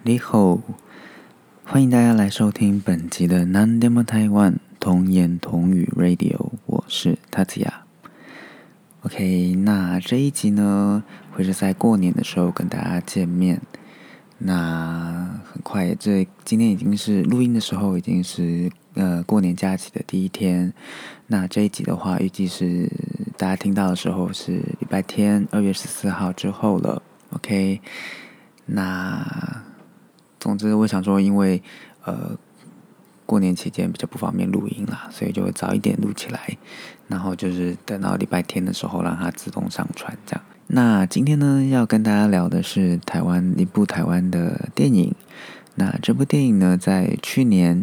你好，欢迎大家来收听本集的 Non-Demo Taiwan 童言童语 Radio， 我是 Tatsuya。OK， 那这一集呢，会是在过年的时候跟大家见面。那很快，今天已经是录音的时候，已经是过年假期的第一天。那这一集的话，预计是大家听到的时候是礼拜天2月14号之后了。OK， 那总之我想说，因为过年期间比较不方便录音啦，所以就会早一点录起来，然后就是等到礼拜天的时候让它自动上传这样。那今天呢，要跟大家聊的是一部台湾的电影。那这部电影呢，在去年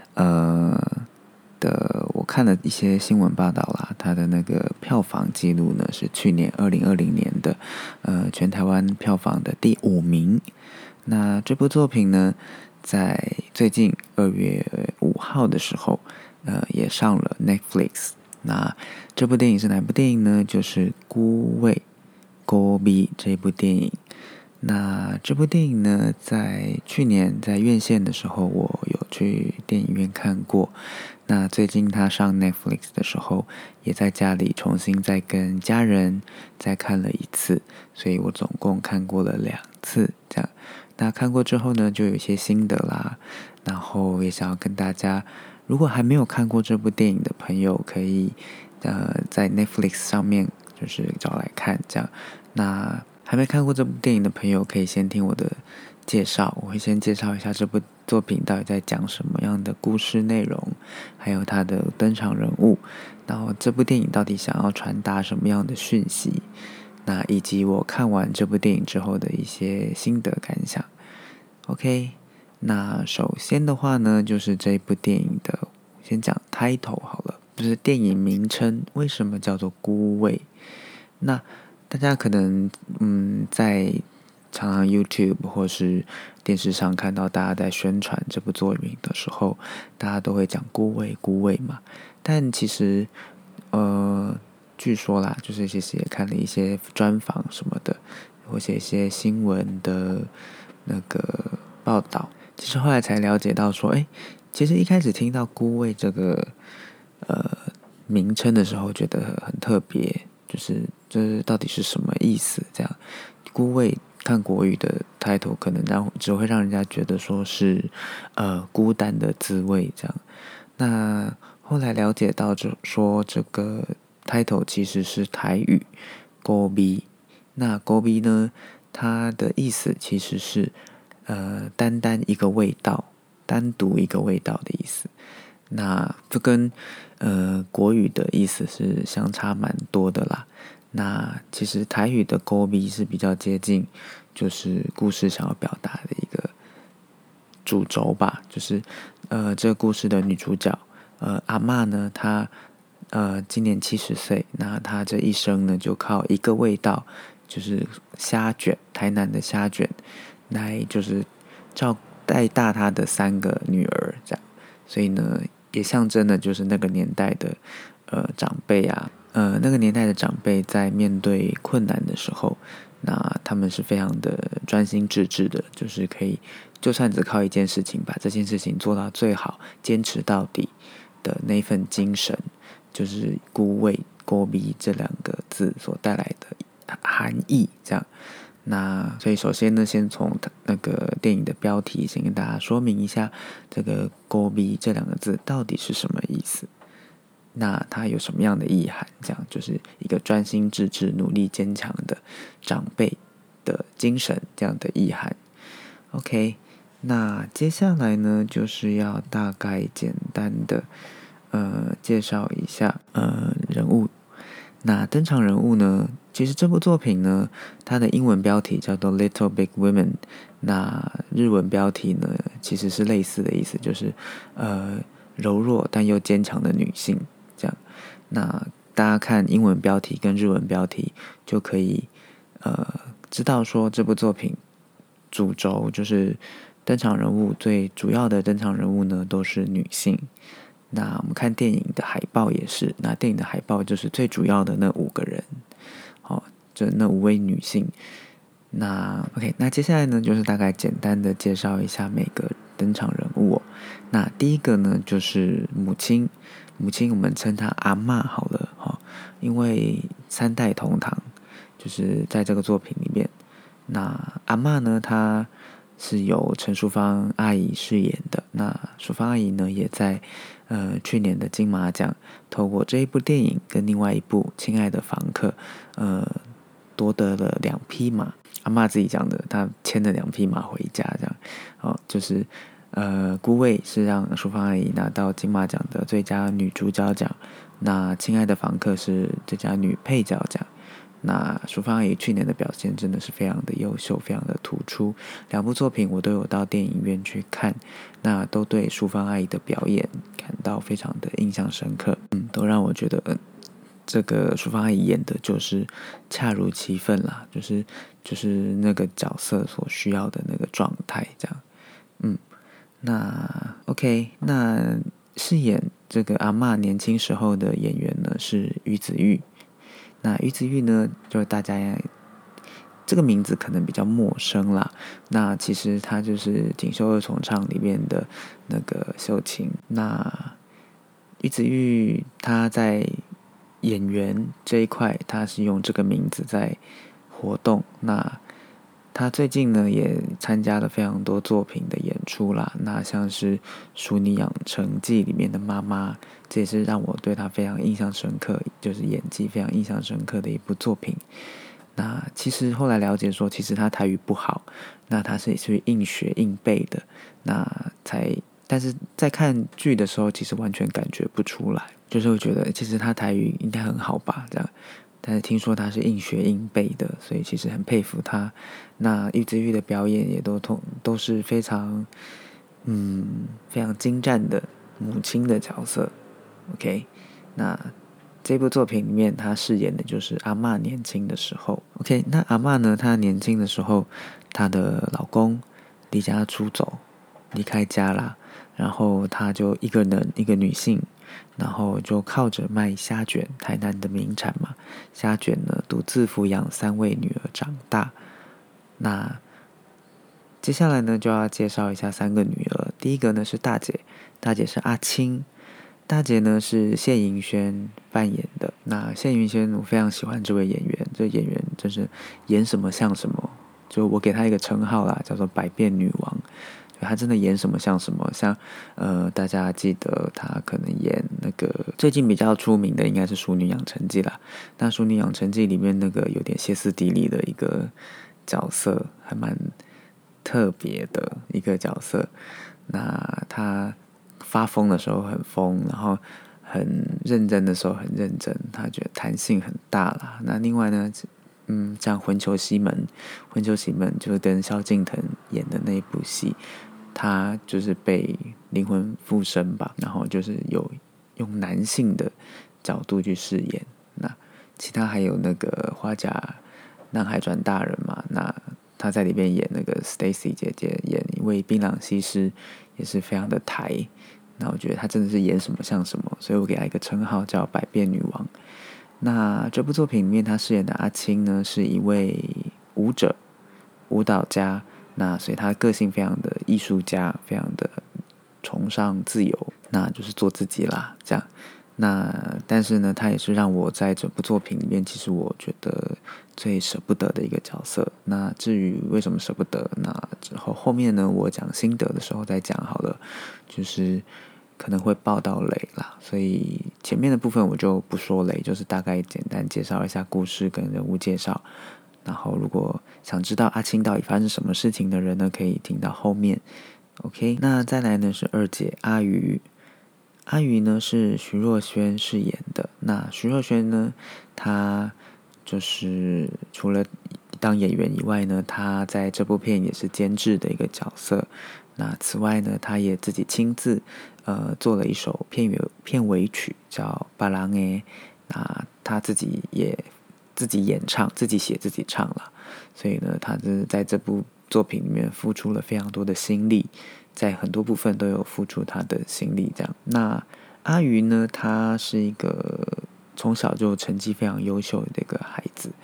我看了一些新闻报道啦，它的那个票房记录呢是去年2020年的全台湾票房的第5名。那这部作品呢，在最近2月5号的时候也上了 Netflix。那这部电影是哪部电影呢？就是《孤味》孤味这部电影。那这部电影呢，在去年在院线的时候，我有去电影院看过。那最近它上 Netflix 的时候，也在家里重新再跟家人再看了一次，所以我总共看过了2次这样。那看过之后呢，就有一些心得啦，然后也想要跟大家，如果还没有看过这部电影的朋友，可以在 Netflix 上面就是找来看这样。那还没看过这部电影的朋友，可以先听我的介绍，我会先介绍一下这部作品到底在讲什么样的故事内容，还有它的登场人物，然后这部电影到底想要传达什么样的讯息，那以及我看完这部电影之后的一些心得感想。OK， 那首先的话呢，就是这部电影的，先讲 title 好了，就是电影名称为什么叫做孤味。那大家可能在常常 YouTube 或是电视上看到大家在宣传这部作品的时候，大家都会讲孤味嘛。但其实据说啦，就是其实也看了一些专访什么的，或者一些新闻的那个报道，其实后来才了解到说，其实一开始听到孤味这个名称的时候，觉得很特别，就是这到底是什么意思？这样，孤味看国语的 title 可能只会让人家觉得说是孤单的滋味这样。那后来了解到说这个 title 其实是台语孤味。那孤味呢，它的意思其实是单一个味道，单独一个味道的意思。那就跟国语的意思是相差蛮多的啦。那其实台语的孤味是比较接近，就是故事想要表达的一个主轴吧。就是这个故事的女主角阿嬷呢，她今年70岁，那她这一生呢就靠一个味道，就是虾卷，台南的虾卷，来就是带大她的3个女儿这样。所以呢，也象征的就是那个年代的长辈啊，那个年代的长辈在面对困难的时候，那他们是非常的专心致志的，就是可以就算只靠一件事情把这件事情做到最好，坚持到底的那份精神，就是孤味孤味这2个字所带来的含义这样。那所以首先呢，先从那个电影的标题先跟大家说明一下，这个孤味这2个字到底是什么意思，那它有什么样的意涵，这样就是一个专心致志努力坚强的长辈的精神这样的意涵。 OK， 那接下来呢，就是要大概简单的介绍一下人物。那登场人物呢，其实这部作品呢，它的英文标题叫做 Little Big Women， 那日文标题呢其实是类似的意思，就是柔弱但又坚强的女性这样。那大家看英文标题跟日文标题就可以知道说这部作品主轴就是登场人物，最主要的登场人物呢都是女性。那我们看电影的海报也是，那电影的海报就是最主要的那5个人，就那5位女性那 OK， 那接下来呢，就是大概简单的介绍一下每个登场人物哦。那第一个呢，就是母亲，母亲我们称她阿嬷好了哈，因为三代同堂，就是在这个作品里面，那阿嬷呢，她是由陈淑芳阿姨饰演的。那淑芳阿姨呢，也在去年的金马奖，透过这一部电影跟另外一部《亲爱的房客》，夺得了2匹马。阿嬷自己讲的，她牵了2匹马回家，这样，就是孤味是让淑芳阿姨拿到金马奖的最佳女主角奖，那亲爱的房客是最佳女配角奖。那淑芳阿姨去年的表现真的是非常的优秀，非常的突出，2部作品我都有到电影院去看，那都对淑芳阿姨的表演感到非常的印象深刻，都让我觉得这个淑芳阿姨演的就是恰如其分啦，就是那个角色所需要的那个状态，这样。那 OK， 那饰演这个阿嬷年轻时候的演员呢是于子玉。那于子玉呢，就大家这个名字可能比较陌生啦。那其实他就是《锦绣二重唱》里面的那个秀琴。那于子玉他在演员这一块，他是用这个名字在活动。那他最近呢也参加了非常多作品的演出啦，那像是《淑女养成记》里面的妈妈，这也是让我对他非常印象深刻，就是演技非常印象深刻的一部作品。那其实后来了解说，其实他台语不好，那他是硬学硬背的，但是在看剧的时候，其实完全感觉不出来，就是会觉得其实他台语应该很好吧，这样。但是听说他是硬学硬背的，所以其实很佩服他。那于子玉的表演也都是非常非常精湛的母亲的角色。OK， 那这部作品里面他饰演的就是阿嬷年轻的时候。OK， 那阿嬷呢，她年轻的时候，她的老公离家出走，离开家啦，然后她就一个女性，然后就靠着卖虾卷，台南的名产嘛，虾卷呢独自抚养3位女儿长大。那接下来呢就要介绍一下3个女儿。第一个呢是大姐，大姐是阿青，大姐呢是谢盈萱扮演的。那谢盈萱我非常喜欢这位演员，这演员真是演什么像什么，就我给她一个称号啦，叫做百变女王。她真的演什么像什么，像大家记得她可能演那个最近比较出名的应该是《淑女养成记》啦。那《淑女养成记》里面那个有点歇斯底里的一个角色，还蛮特别的一个角色。那她发疯的时候很疯，然后很认真的时候很认真，她觉得弹性很大啦。那另外呢，像魂球西门就是跟萧敬腾演的那一部戏，他就是被灵魂附身吧，然后就是用男性的角度去饰演。那其他还有那个花甲男孩转大人嘛，那他在里面演那个 Stacy 姐姐，演一位槟榔西施，也是非常的台。那我觉得他真的是演什么像什么，所以我给他一个称号叫百变女王。那这部作品里面他饰演的阿青呢，是一位舞者、舞蹈家，那所以他个性非常的艺术家，非常的崇尚自由，那就是做自己啦，这样。那但是呢，他也是让我在这部作品里面，其实我觉得最舍不得的一个角色。那至于为什么舍不得，那之后面呢，我讲心得的时候再讲好了，就是可能会爆到雷啦，所以前面的部分我就不说雷，就是大概简单介绍一下故事跟人物介绍。然后如果想知道阿青到底发生什么事情的人呢，可以听到后面。OK， 那再来呢是二姐阿瑜。阿瑜呢是徐若瑄饰演的。那徐若瑄呢，她就是除了当演员以外呢，她在这部片也是监制的一个角色。那此外呢，她也自己亲自做了一首片尾曲叫《巴郎诶》，那她自己也自己演唱，自己写自己唱了。所以呢，她是在这部作品里面付出了非常多的心力，在很多部分都有付出她的心力这样。那阿瑜呢，她是一个从小就成绩非常优秀的一个孩子。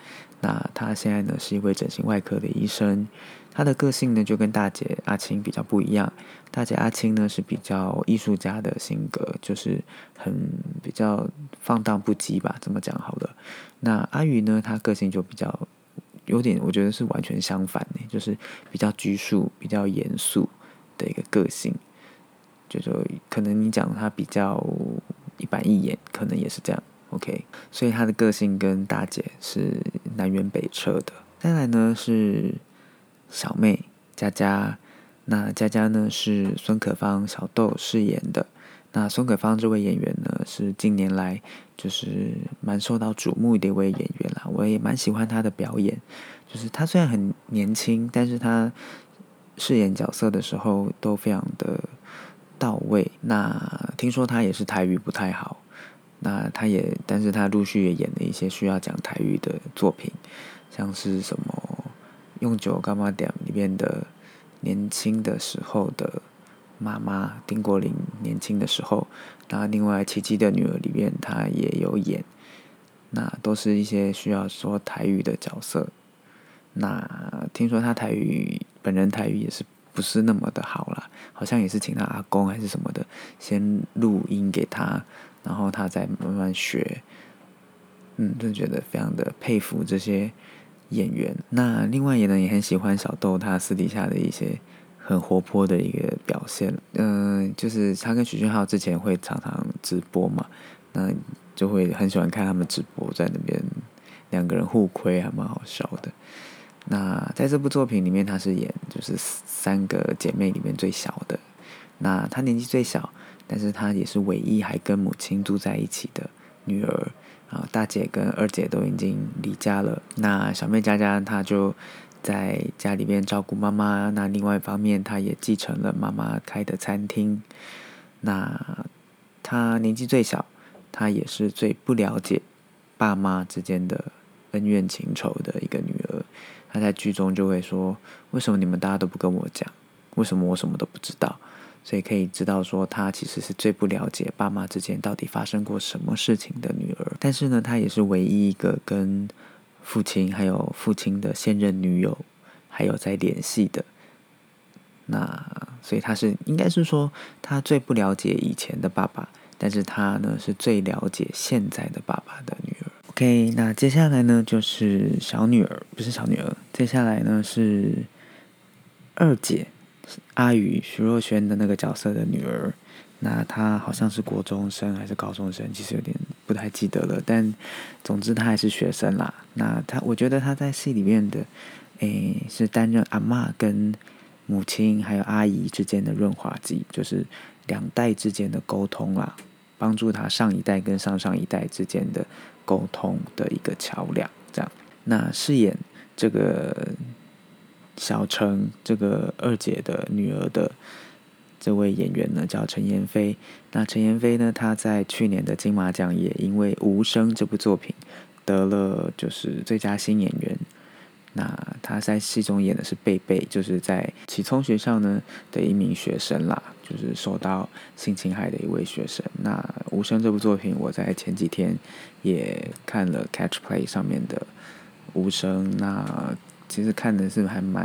那她现在呢是一位整形外科的医生。她的个性呢就跟大姐阿青比较不一样。大姐阿青呢是比较艺术家的性格，就是比较放荡不羁吧，这么讲好了。那阿宇呢，她个性就比较有点，我觉得是完全相反的，就是比较拘束、比较严肃的一个个性。就可能你讲她比较一板一眼，可能也是这样。OK， 所以她的个性跟大姐是南辕北辙的。再来呢是小妹佳佳，那佳佳呢是孙可芳小豆饰演的。那孙可芳这位演员呢是近年来就是蛮受到瞩目的一位演员啦，我也蛮喜欢她的表演。就是她虽然很年轻，但是她饰演角色的时候都非常的到位。那听说她也是台语不太好，但是她陆续也演了一些需要讲台语的作品，像是什么用酒干嘛点里面的年轻的时候的妈妈丁国林年轻的时候，那另外奇迹的女儿里面她也有演，那都是一些需要说台语的角色。那听说她本人台语也是不是那么的好啦，好像也是请她阿公还是什么的先录音给她，然后她再慢慢学。就觉得非常的佩服这些演员。那另外也很喜欢小豆他私底下的一些很活泼的一个表现。就是他跟许俊浩之前会常常直播嘛，那就会很喜欢看他们直播，在那边两个人互亏，还蛮好笑的。那在这部作品里面，他是演就是3个姐妹里面最小的。那她年纪最小，但是她也是唯一还跟母亲住在一起的女儿。大姐跟二姐都已经离家了，那小妹佳佳她就在家里面照顾妈妈，那另外一方面她也继承了妈妈开的餐厅。那她年纪最小，她也是最不了解爸妈之间的恩怨情仇的一个女儿。她在剧中就会说，为什么你们大家都不跟我讲，为什么我什么都不知道。所以可以知道说，她其实是最不了解爸妈之间到底发生过什么事情的女儿。但是呢，她也是唯一一个跟父亲还有父亲的现任女友还有在联系的。那所以她应该是说，她最不了解以前的爸爸，但是她呢是最了解现在的爸爸的女儿。OK， 那接下来呢就是小女儿，不是小女儿，接下来呢是二姐。阿宇徐若瑄的那个角色的女儿，那她好像是国中生还是高中生，其实有点不太记得了，但总之她还是学生啦。那我觉得她在戏里面的是担任阿嬷跟母亲还有阿姨之间的润滑剂，就是两代之间的沟通啦，帮助她上一代跟上上一代之间的沟通的一个桥梁。这样，那饰演这个小程这个二姐的女儿的这位演员呢叫陈妍霏。那陈妍霏呢，她在去年的金马奖也因为《无声》这部作品得了就是最佳新演员。那她在戏中演的是贝贝，就是在启聪学校呢的一名学生啦，就是受到性侵害的一位学生。那《无声》这部作品，我在前几天也看了 Catch Play 上面的《无声》，那其实看的是还蛮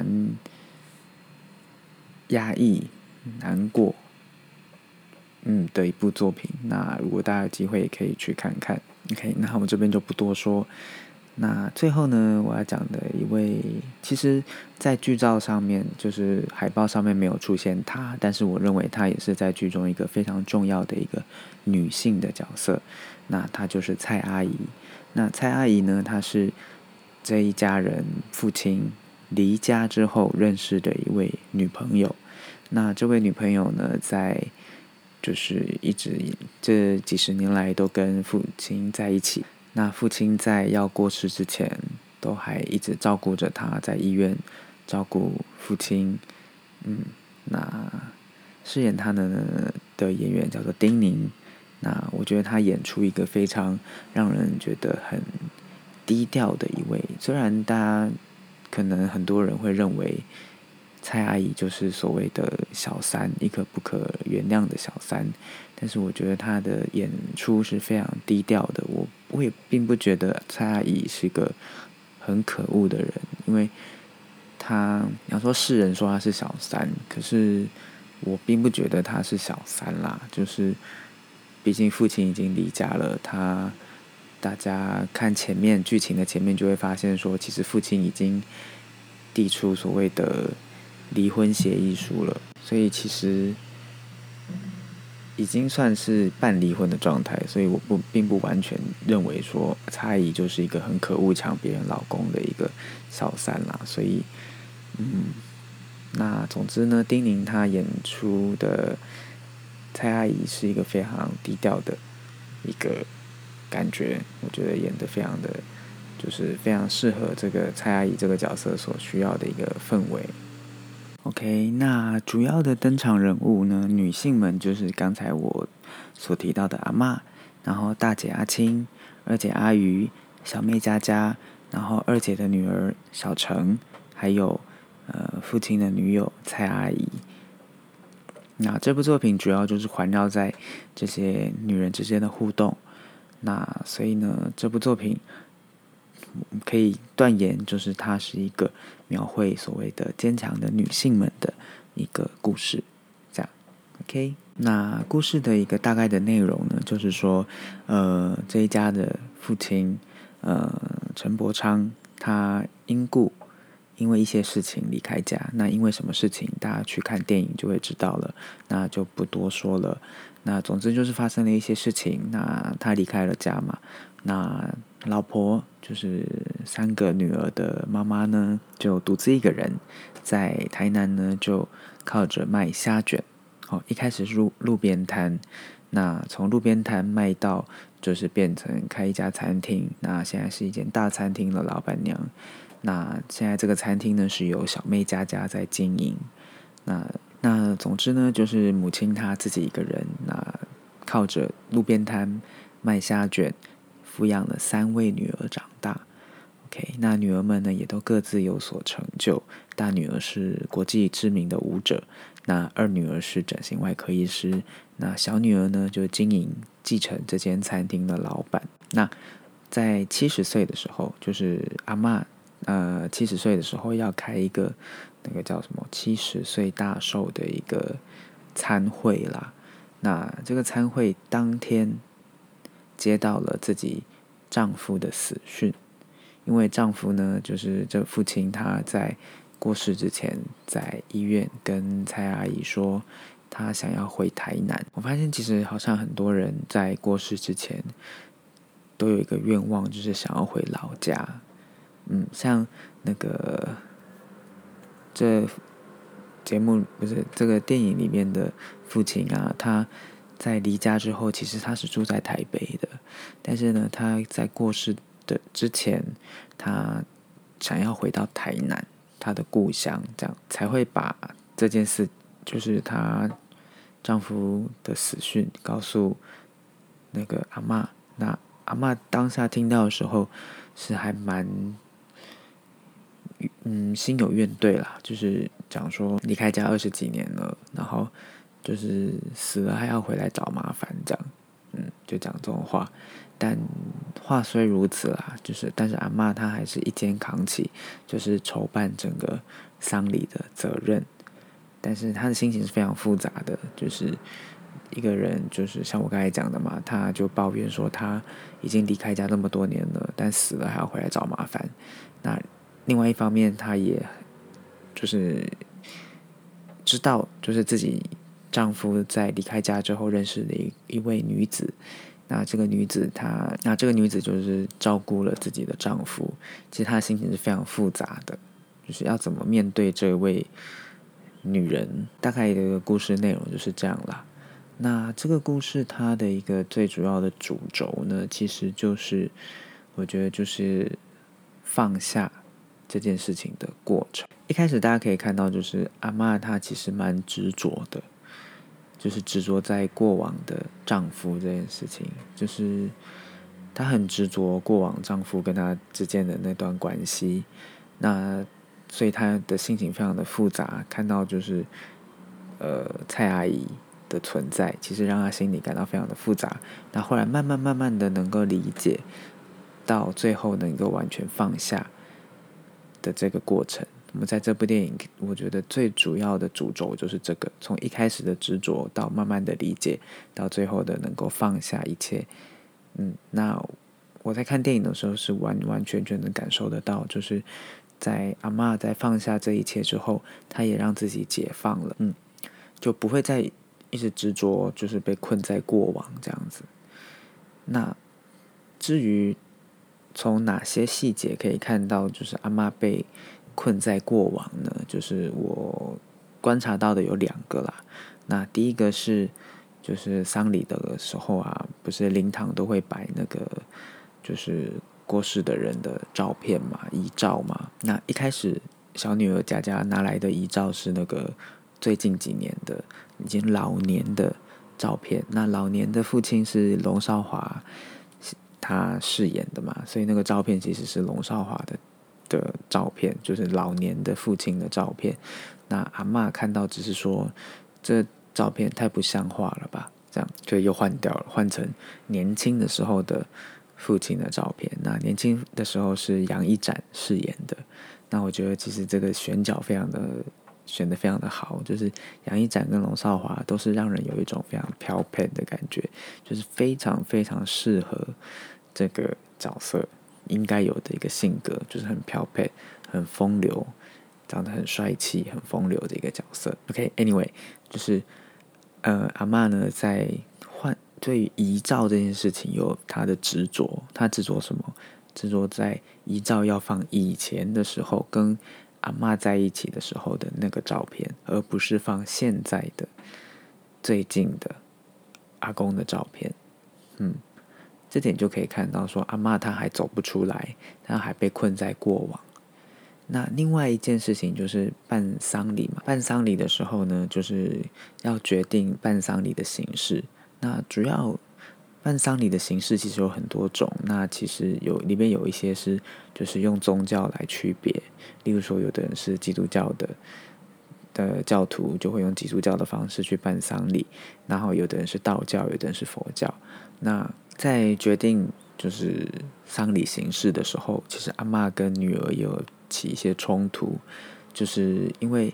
压抑、难过，的一部作品。那如果大家有机会也可以去看看。OK， 那我这边就不多说。那最后呢，我要讲的一位，其实在剧照上面，就是海报上面没有出现她，但是我认为她也是在剧中一个非常重要的一个女性的角色。那她就是蔡阿姨。那蔡阿姨呢，她是这一家人父亲离家之后认识的一位女朋友。那这位女朋友呢，就是一直这几十年来都跟父亲在一起。那父亲在要过世之前，都还一直照顾着他，在医院照顾父亲。那饰演他的演员叫做丁宁。那我觉得他演出一个非常让人觉得很低调的一位。虽然大家可能很多人会认为蔡阿姨就是所谓的小三，一个不可原谅的小三，但是我觉得她的演出是非常低调的。我也并不觉得蔡阿姨是一个很可恶的人，因为要说世人说他是小三，可是我并不觉得他是小三啦，就是毕竟父亲已经离家了，大家看剧情的前面就会发现说，其实父亲已经递出所谓的离婚协议书了，所以其实已经算是半离婚的状态，所以我并不完全认为说蔡阿姨就是一个很可恶抢别人老公的一个小三啦，所以那总之呢，丁宁她演出的蔡阿姨是一个非常低调的一个感觉，我觉得演得非常的，就是非常适合这个蔡阿姨这个角色所需要的一个氛围。OK， 那主要的登场人物呢，女性们就是刚才我所提到的阿嬷，然后大姐阿青、二姐阿瑜、小妹佳佳，然后二姐的女儿小程，还有父亲的女友蔡阿姨。那这部作品主要就是环绕在这些女人之间的互动，那所以呢，这部作品可以断言，就是它是一个描绘所谓的坚强的女性们的一个故事，这样 ，OK。那故事的一个大概的内容呢，就是说，这一家的父亲，陈伯昌，他因为一些事情离开家，那因为什么事情，大家去看电影就会知道了，那就不多说了。那总之就是发生了一些事情，那他离开了家嘛，那老婆就是3个女儿的妈妈呢，就独自一个人在台南呢，就靠着卖虾卷。一开始是路边摊，那从路边摊卖到就是变成开一家餐厅，那现在是一间大餐厅的老板娘。那现在这个餐厅呢，是由小妹佳佳在经营。那总之呢，就是母亲她自己一个人，那靠着路边摊卖虾卷，抚养了3位女儿长大。OK， 那女儿们呢也都各自有所成就。大女儿是国际知名的舞者，那二女儿是整形外科医师，那小女儿呢就继承这间餐厅的老板。那在70岁的时候，就是阿嬷70岁的时候要开一个那个叫什么70岁大寿的一个餐会啦。那这个餐会当天接到了自己丈夫的死讯，因为丈夫呢，就是这父亲他在过世之前，在医院跟蔡阿姨说，他想要回台南。我发现其实好像很多人在过世之前都有一个愿望，就是想要回老家。像那个这节目不是这个电影里面的父亲啊，他在离家之后，其实他是住在台北的，但是呢，他在过世的之前，他想要回到台南，他的故乡，这样才会把这件事，就是她丈夫的死讯告诉那个阿嬷。那阿嬷当下听到的时候，是还蛮心有怨怼啦，就是讲说离开家20几年了，然后就是死了还要回来找麻烦，这样，就讲这种话。但话虽如此啦，但是阿嬷她还是一肩扛起，就是筹办整个丧礼的责任。但是她的心情是非常复杂的，就是一个人，就是像我刚才讲的嘛，她就抱怨说她已经离开家那么多年了，但死了还要回来找麻烦。那另外一方面，她也就是知道，就是自己丈夫在离开家之后认识的一位女子。那这个女子就是照顾了自己的丈夫，其实她的心情是非常复杂的，就是要怎么面对这位女人。大概的一个故事内容就是这样啦。那这个故事它的一个最主要的主轴呢，其实就是我觉得就是放下这件事情的过程。一开始大家可以看到，就是阿嬷她其实蛮执着的，就是执着在过往的丈夫这件事情，就是她很执着过往丈夫跟她之间的那段关系。那所以她的心情非常的复杂，看到就是蔡阿姨的存在，其实让她心里感到非常的复杂。那后来慢慢的能够理解，到最后能够完全放下。 的这个过程。我们在这部电影，我觉得最主要的主轴就是这个，从一开始的执着到慢慢的理解，到最后的能够放下一切。那我在看电影的时候是完完全全的感受得到，就是在阿嬷在放下这一切之后，她也让自己解放了，就不会再一直执着，就是被困在过往这样子。那至于从哪些细节可以看到，就是阿嬷被困在过往呢？就是我观察到的有2个啦。那第一个是，就是丧礼的时候啊，不是灵堂都会摆那个就是过世的人的照片嘛，遗照嘛。那一开始小女儿佳佳拿来的遗照是那个最近几年的已经老年的照片。那老年的父亲是龙少华他饰演的嘛，所以那个照片其实是龙少华的照片，就是老年的父亲的照片。那阿嬷看到只是说这照片太不像话了吧，这样就又换掉了，换成年轻的时候的父亲的照片。那年轻的时候是杨一展饰演的。那我觉得其实这个选得非常的好，就是杨一展跟龙少华都是让人有一种非常飘配的感觉，就是非常非常适合这个角色应该有的一个性格，就是很飘配、很风流，长得很帅气、很风流的一个角色。OK，anyway，就是阿嬷呢在对于遗照这件事情有她的执着，她执着什么？执着在遗照要放以前的时候跟阿嬷在一起的时候的那个照片，而不是放现在的最近的阿公的照片。这点就可以看到说阿嬷她还走不出来，她还被困在过往。那另外一件事情就是办丧礼嘛，办丧礼的时候呢，就是要决定办丧礼的形式。那主要办丧礼的形式其实有很多种，那其实里面有一些是就是用宗教来区别，例如说有的人是基督教的教徒，就会用基督教的方式去办丧礼，然后有的人是道教，有的人是佛教。那在决定就是丧礼形式的时候，其实阿嬷跟女儿也有起一些冲突，就是因为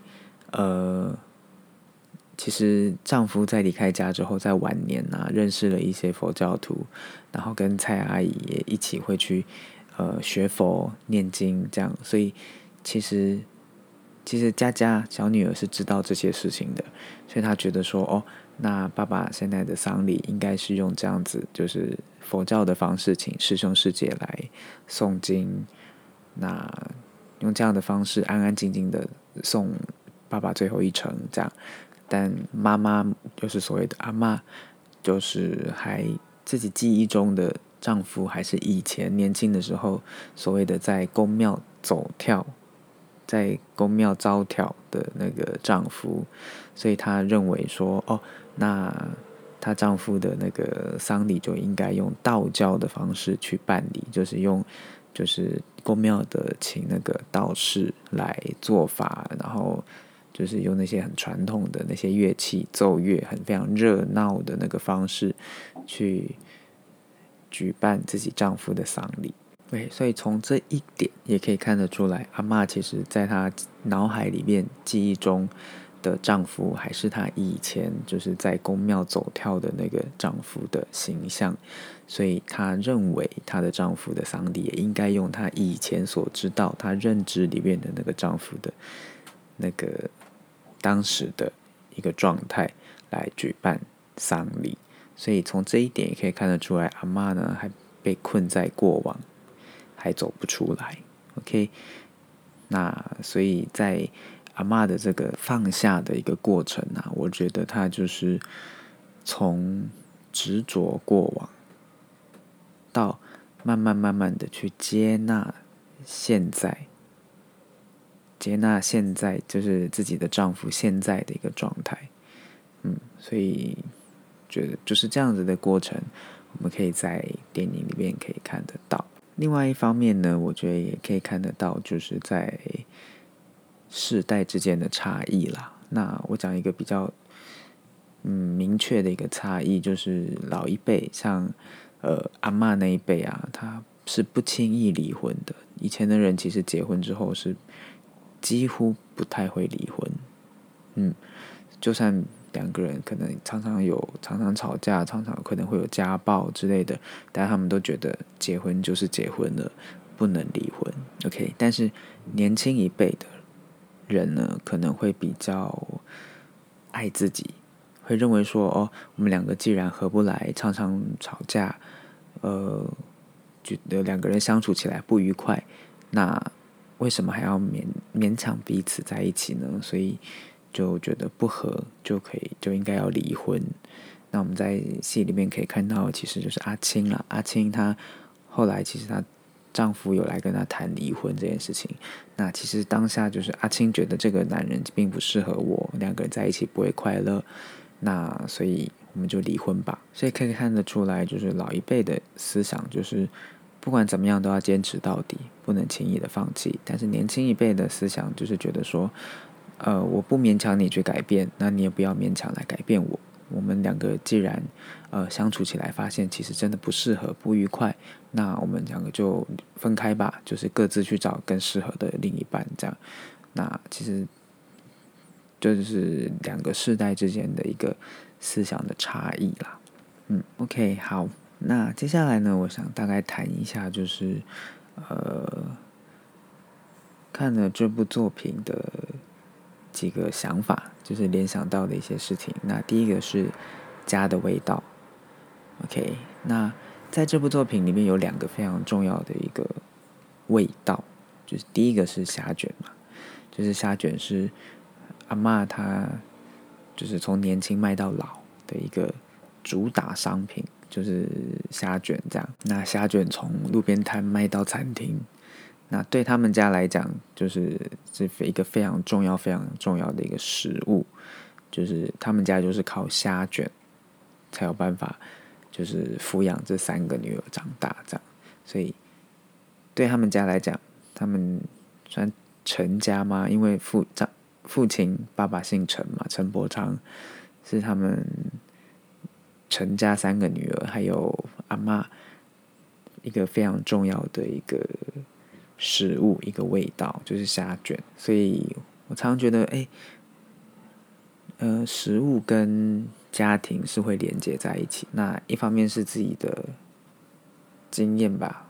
其实丈夫在离开家之后，在晚年啊，认识了一些佛教徒，然后跟蔡阿姨也一起会去学佛念经这样，所以其实佳佳小女儿是知道这些事情的，所以她觉得说那爸爸现在的丧礼应该是用这样子，就是佛教的方式，请师兄师姐来诵经，那用这样的方式安安静静的送爸爸最后一程这样。但妈妈就是所谓的阿嬷，就是还自己记忆中的丈夫还是以前年轻的时候所谓的在宫庙走跳，在宫庙招跳的那个丈夫，所以她认为说那她丈夫的那个丧礼就应该用道教的方式去办理，就是宫庙的请那个道士来做法，然后就是用那些很传统的那些乐器奏乐，非常热闹的那个方式去举办自己丈夫的丧礼。对，所以从这一点也可以看得出来，阿嬷其实在她脑海里面记忆中的丈夫还是她以前就是在宫庙走跳的那个丈夫的形象，所以她认为她的丈夫的丧礼也应该用她以前所知道她认知里面的那个丈夫的那个当时的一个状态来举办丧礼。所以从这一点也可以看得出来，阿嬷呢还被困在过往，还走不出来。OK， 那所以在阿嬷的这个放下的一个过程啊，我觉得她就是从执着过往，到慢慢的去接纳现在，就是自己的丈夫现在的一个状态。所以觉得就是这样子的过程，我们可以在电影里面可以看得到。另外一方面呢，我觉得也可以看得到，就是在世代之间的差异啦。那我讲一个比较明确的一个差异，就是老一辈像阿嬷那一辈啊，他是不轻易离婚的。以前的人其实结婚之后是几乎不太会离婚，就算两个人可能常常吵架，常常可能会有家暴之类的，但他们都觉得结婚就是结婚了，不能离婚。OK， 但是年轻一辈的人呢，可能会比较爱自己，会认为说，我们两个既然合不来，常常吵架，觉得两个人相处起来不愉快，那为什么还要勉强彼此在一起呢？所以就觉得不合就应该要离婚。那我们在戏里面可以看到，其实就是阿青啦。阿青她后来其实她丈夫有来跟她谈离婚这件事情。那其实当下就是阿青觉得这个男人并不适合我，两个人在一起不会快乐，那所以我们就离婚吧。所以可以看得出来，就是老一辈的思想就是不管怎么样都要坚持到底，不能轻易的放弃。但是年轻一辈的思想就是觉得说，我不勉强你去改变，那你也不要勉强来改变我。我们两个既然相处起来发现其实真的不适合，不愉快，那我们两个就分开吧，就是各自去找更适合的另一半，这样。那其实就是两个世代之间的一个思想的差异啦。OK， 好，那接下来呢，我想大概谈一下，就是看了这部作品的几个想法，就是联想到的一些事情。那第一个是家的味道。OK， 那在这部作品里面有两个非常重要的一个味道，就是第一个是虾卷嘛，就是虾卷是阿嬷她就是从年轻卖到老的一个主打商品，就是虾卷这样。那虾卷从路边摊卖到餐厅，那对他们家来讲，就是一个非常重要、非常重要的一个食物，就是他们家就是靠虾卷才有办法，就是抚养这3个女儿长大这样。所以对他们家来讲，他们算陈家吗？因为父亲爸爸姓陈嘛，陈伯昌是他们陈家3个女儿，还有阿嬷一个非常重要的一个食物，一个味道，就是虾卷。所以我常常觉得，食物跟家庭是会连接在一起。那一方面是自己的经验吧，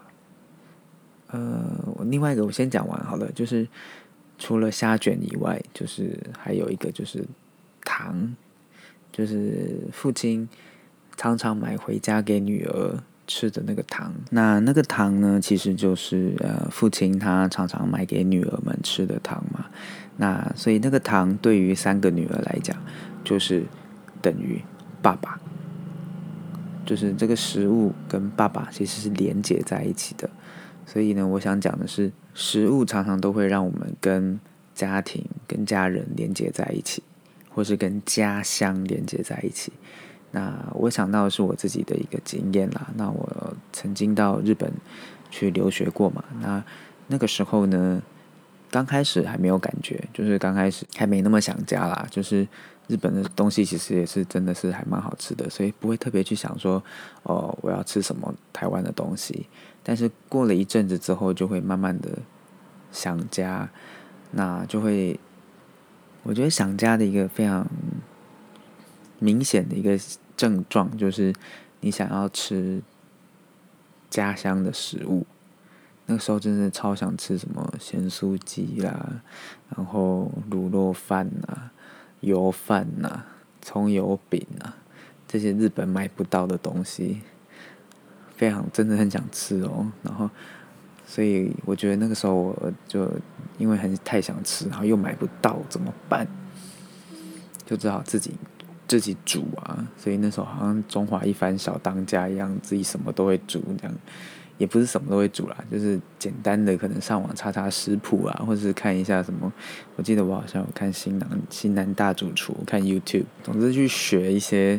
另外一个我先讲完好了，就是除了虾卷以外，就是还有一个就是糖，就是父亲常常买回家给女儿吃的那个糖。那个糖呢，其实就是父亲他常常买给女儿们吃的糖嘛。那所以那个糖对于3个女儿来讲，就是等于爸爸，就是这个食物跟爸爸其实是连结在一起的。所以呢，我想讲的是，食物常常都会让我们跟家庭、跟家人连结在一起，或是跟家乡连接在一起。那我想到的是我自己的一个经验啦。那我曾经到日本去留学过嘛。那个时候呢，刚开始还没有感觉，就是刚开始还没那么想家啦。就是日本的东西其实也是真的是还蛮好吃的，所以不会特别去想说，我要吃什么台湾的东西。但是过了一阵子之后，就会慢慢的想家，那就会，我觉得想家的一个非常明显的一个症状，就是你想要吃家乡的食物。那个时候真的超想吃什么咸酥鸡啦，然后卤肉饭啦、油饭啦、葱油饼啊，这些日本买不到的东西，非常真的很想吃哦。然后，所以我觉得那个时候我就因为太想吃，然后又买不到，怎么办？就只好自己煮啊。所以那时候好像中华一番小当家一样，自己什么都会煮这样。也不是什么都会煮啦，就是简单的可能上网查食谱啊，或者是看一下什么。我记得我好像有看新南大主厨，看 YouTube， 总之去学一些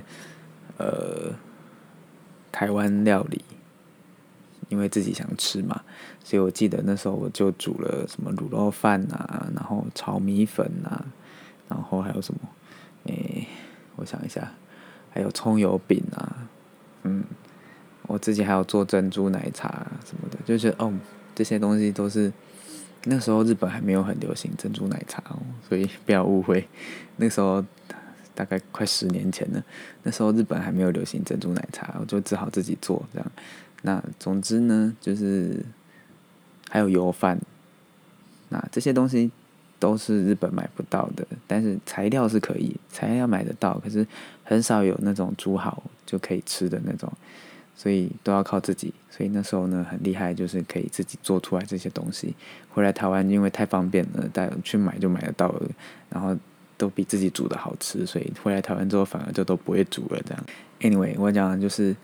台湾料理，因为自己想吃嘛。所以我记得那时候我就煮了什么卤肉饭啊，然后炒米粉啊，然后还有什么，我想一下，还有葱油饼啊， 我自己还有做珍珠奶茶什么的，就觉得这些东西都是那时候日本还没有很流行珍珠奶茶所以不要误会，那时候大概快10年前了，那时候日本还没有流行珍珠奶茶，我就只好自己做这样。那总之呢，就是还有油饭，那这些东西都是日本买不到的，但是材料是可以，材料买得到，可是很少有那种煮好就可以吃的那种，所以都要靠自己。所以那时候呢很厉害，就是可以自己做出来这些东西。回来台湾因为太方便了，带去买就买得到了，然后都比自己煮的好吃，所以回来台湾之后反而就都不会煮了这样。Anyway， 我讲的就是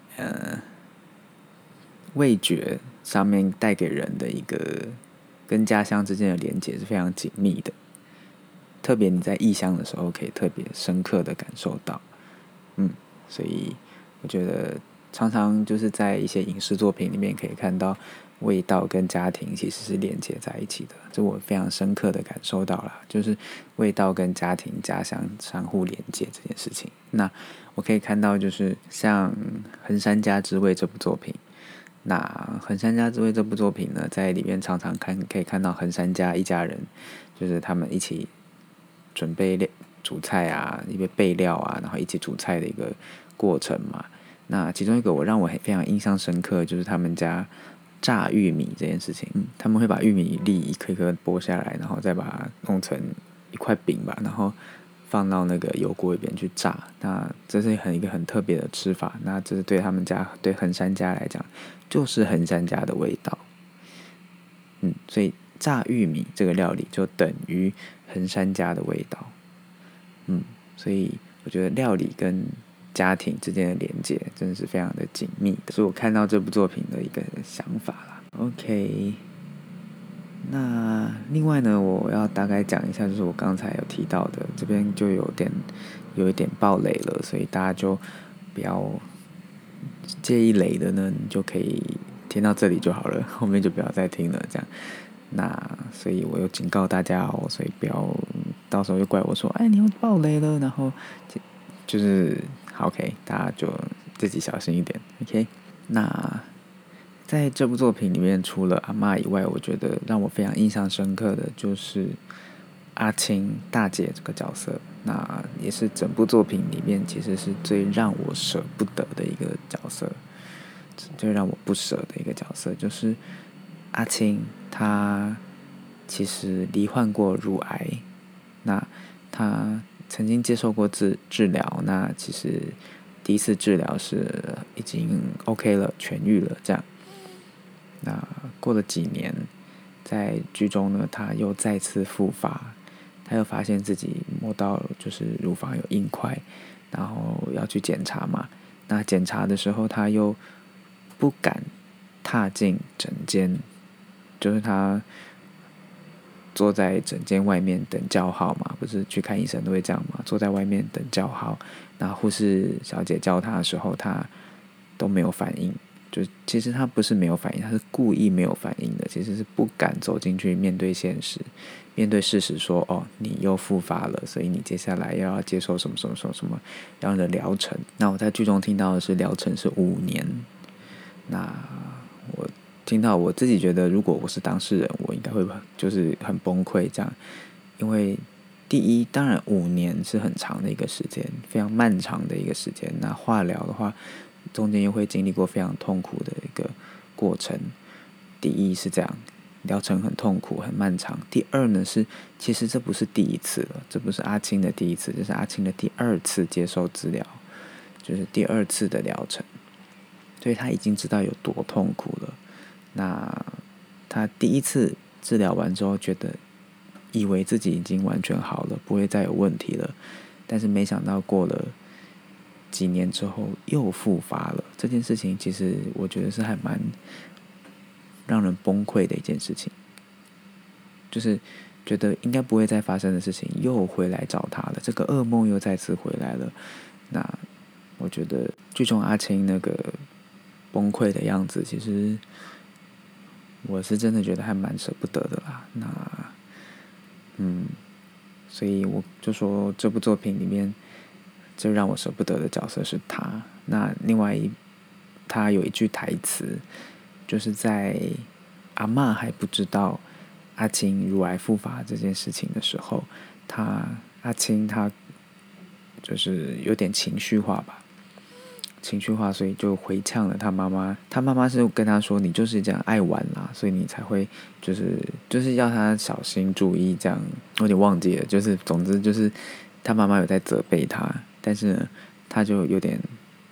味觉上面带给人的一个跟家乡之间的连结是非常紧密的，特别你在异乡的时候可以特别深刻的感受到。所以我觉得常常就是在一些影视作品里面可以看到味道跟家庭其实是连接在一起的，这我非常深刻的感受到了，就是味道跟家庭家乡相互连接这件事情。那我可以看到就是像《横山家之味》这部作品，那《横山家之味》这部作品呢，在里面常常可以看到横山家一家人，就是他们一起准备煮菜啊，一边备料啊，然后一起煮菜的一个过程嘛。那其中一个让我非常印象深刻，就是他们家炸玉米这件事情。他们会把玉米粒一颗一颗剥下来，然后再把它弄成一块饼吧，然后放到那个油锅里边去炸。那这是一个很特别的吃法。那这是对他们家对横山家来讲，就是横山家的味道。所以炸玉米这个料理就等于横山家的味道。所以我觉得料理跟家庭之间的连接真的是非常的紧密的，所以我看到这部作品的一个想法啦。OK， 那另外呢，我要大概讲一下，就是我刚才有提到的，这边就有一点爆雷了，所以大家就不要介意雷的呢，你就可以听到这里就好了，后面就不要再听了，这样。那所以我又警告大家所以不要到时候又怪我说，你又爆雷了，然后就是好 OK， 大家就自己小心一点 OK。那在这部作品里面，除了阿嬷以外，我觉得让我非常印象深刻的就是阿青大姐这个角色。那也是整部作品里面其实是最让我舍不得的一个角色，最让我不舍的一个角色，就是阿青她其实罹患过乳癌，那她曾经接受过治疗，那其实第一次治疗是已经 OK 了，痊愈了这样。那过了几年，在剧中呢，她又再次复发，她又发现自己摸到就是乳房有硬块，然后要去检查嘛。那检查的时候，她又不敢踏进诊间，就是她坐在诊间外面等叫号嘛，不是去看医生都会这样嘛，坐在外面等叫号，然后护士小姐叫她的时候，她都没有反应。就其实她不是没有反应，她是故意没有反应的，其实是不敢走进去面对现实，面对事实说，你又复发了，所以你接下来又要接受什么样的疗程。那我在剧中听到的是疗程是5年。那我听到我自己觉得，如果我是当事人，我应该会就是很崩溃这样，因为第一，当然5年是很长的一个时间，非常漫长的一个时间。那化疗的话，中间又会经历过非常痛苦的一个过程。第一是这样，疗程很痛苦很漫长。第二呢是，其实这不是第一次了，这不是阿青的第一次，这是阿青的第2次接受治疗，就是第2次的疗程，所以他已经知道有多痛苦了。那他第1次治疗完之后，以为自己已经完全好了，不会再有问题了，但是没想到过了几年之后又复发了。这件事情其实我觉得是还蛮让人崩溃的一件事情，就是觉得应该不会再发生的事情又回来找他了，这个噩梦又再次回来了。那我觉得剧中阿青那个崩溃的样子，其实我是真的觉得还蛮舍不得的啦。那所以我就说这部作品里面最让我舍不得的角色是他。那另外他有一句台词，就是在阿嬷还不知道阿青乳癌复发这件事情的时候，阿青他就是有点情绪化吧，所以就回呛了他妈妈。他妈妈是跟他说：“你就是这样爱玩啦，所以你才会就是要他小心注意这样。”我有点忘记了，就是总之就是他妈妈有在责备他，但是呢，他就有点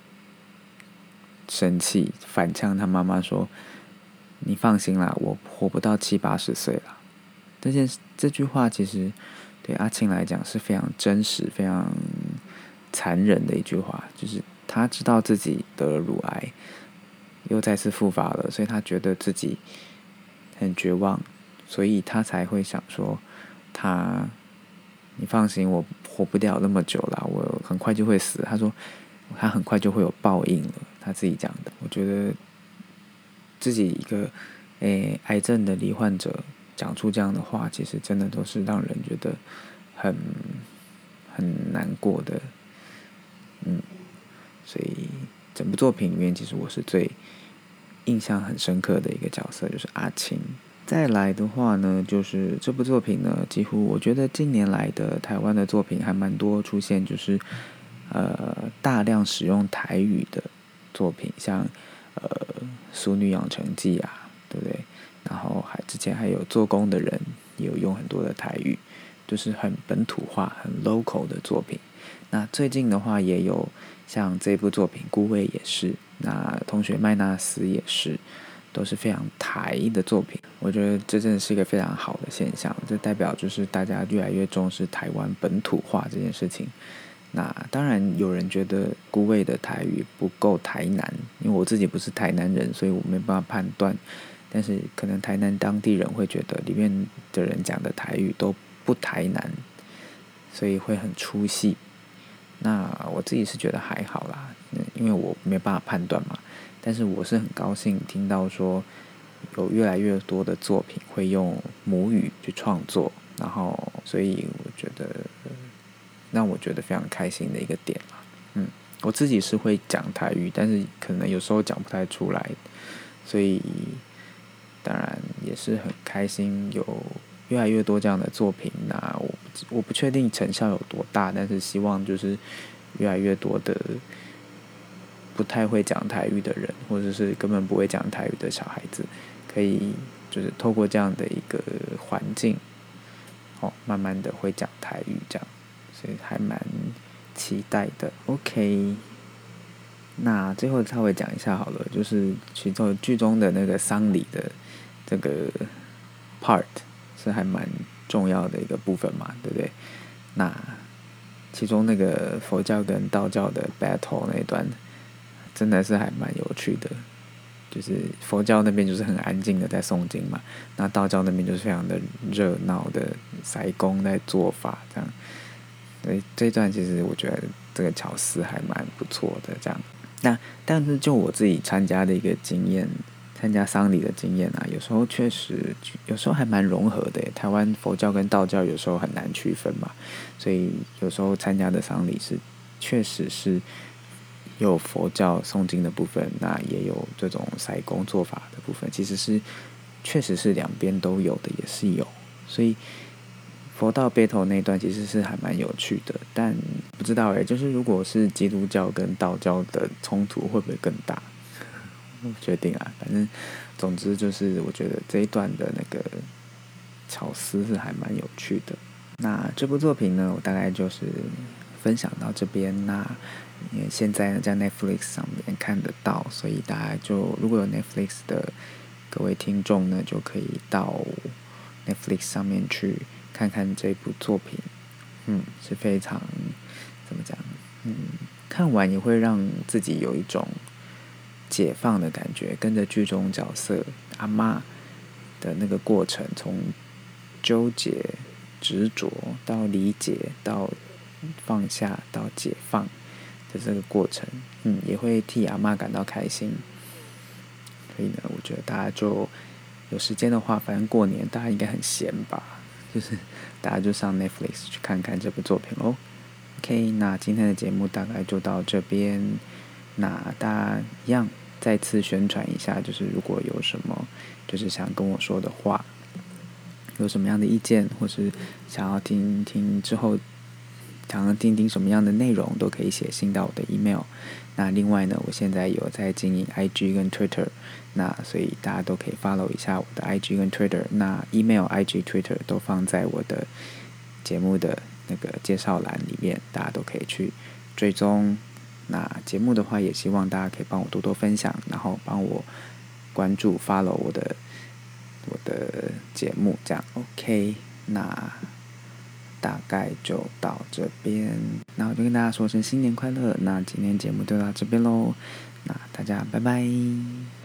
生气，反呛他妈妈说：“你放心啦，我活不到70-80岁啦。”这句话其实对阿青来讲是非常真实、非常残忍的一句话，就是他知道自己得了乳癌，又再次复发了，所以他觉得自己很绝望，所以他才会想说：“你放心，我活不了那么久啦，我很快就会死。”他说他很快就会有报应了，他自己讲的。我觉得自己一个癌症的罹患者讲出这样的话，其实真的都是让人觉得很难过的。所以整部作品里面，其实我是最印象很深刻的一个角色，就是阿青。再来的话呢，就是这部作品呢，几乎我觉得近年来的台湾的作品还蛮多出现，就是大量使用台语的作品，像《俗女养成记》啊，对不对？然后之前还有做工的人也有用很多的台语，就是很本土化、很 local 的作品。那最近的话也有像这部作品《孤味》也是，那同学麦纳斯也是，都是非常台的作品。我觉得这真的是一个非常好的现象，这代表就是大家越来越重视台湾本土化这件事情。那当然有人觉得孤味的台语不够台南，因为我自己不是台南人，所以我没办法判断，但是可能台南当地人会觉得里面的人讲的台语都不台南，所以会很出戏。那我自己是觉得还好啦，因为我没办法判断嘛。但是我是很高兴听到说有越来越多的作品会用母语去创作，然后所以我觉得让我觉得非常开心的一个点啦。我自己是会讲台语，但是可能有时候讲不太出来，所以当然也是很开心有越来越多这样的作品。那我不确定成效有多大，但是希望就是越来越多的不太会讲台语的人，或者是根本不会讲台语的小孩子，可以就是透过这样的一个环境，慢慢的会讲台语这样，所以还蛮期待的。OK， 那最后稍微讲一下好了，就是其中剧中的那个丧礼的这个 part 是还蛮重要的一个部分嘛，对不对？那其中那个佛教跟道教的 battle 那一段真的是还蛮有趣的，就是佛教那边就是很安静的在诵经嘛，那道教那边就是非常的热闹的塞公在做法这样。所以这一段其实我觉得这个巧思还蛮不错的这样。那但是就我自己参加的一个经验，参加丧礼的经验啊，有时候确实有时候还蛮融合的耶。台湾佛教跟道教有时候很难区分嘛，所以有时候参加的丧礼是确实是有佛教诵经的部分，那也有这种塞公做法的部分，其实是确实是两边都有的，也是有。所以佛道 battle 那段其实是还蛮有趣的，但不知道就是如果是基督教跟道教的冲突会不会更大？不确定啊，反正总之就是我觉得这一段的那个巧思是还蛮有趣的。那这部作品呢，我大概就是分享到这边。那因为现在呢在 Netflix 上面看得到，所以大家就如果有 Netflix 的各位听众呢，就可以到 Netflix 上面去看看这部作品。是非常怎么讲？看完也会让自己有一种解放的感觉，跟着剧中角色阿嬷的那个过程，从纠结、执着到理解，到放下，到解放的这个过程，也会替阿嬷感到开心。所以呢，我觉得大家就有时间的话，反正过年大家应该很闲吧，就是大家就上 Netflix 去看看这部作品咯。OK， 那今天的节目大概就到这边。那大家一样再次宣传一下，就是如果有什么就是想跟我说的话，有什么样的意见，或是想要听听之后想要听听什么样的内容，都可以写信到我的 email。那另外呢，我现在有在经营 IG 跟 Twitter， 那所以大家都可以 follow 一下我的 IG 跟 Twitter。那 email、IG、Twitter 都放在我的节目的那个介绍栏里面，大家都可以去追踪。那节目的话，也希望大家可以帮我多多分享，然后帮我关注 follow 我的节目，这样 OK。那大概就到这边，那我就跟大家说声新年快乐。那今天节目就到这边咯，那大家拜拜。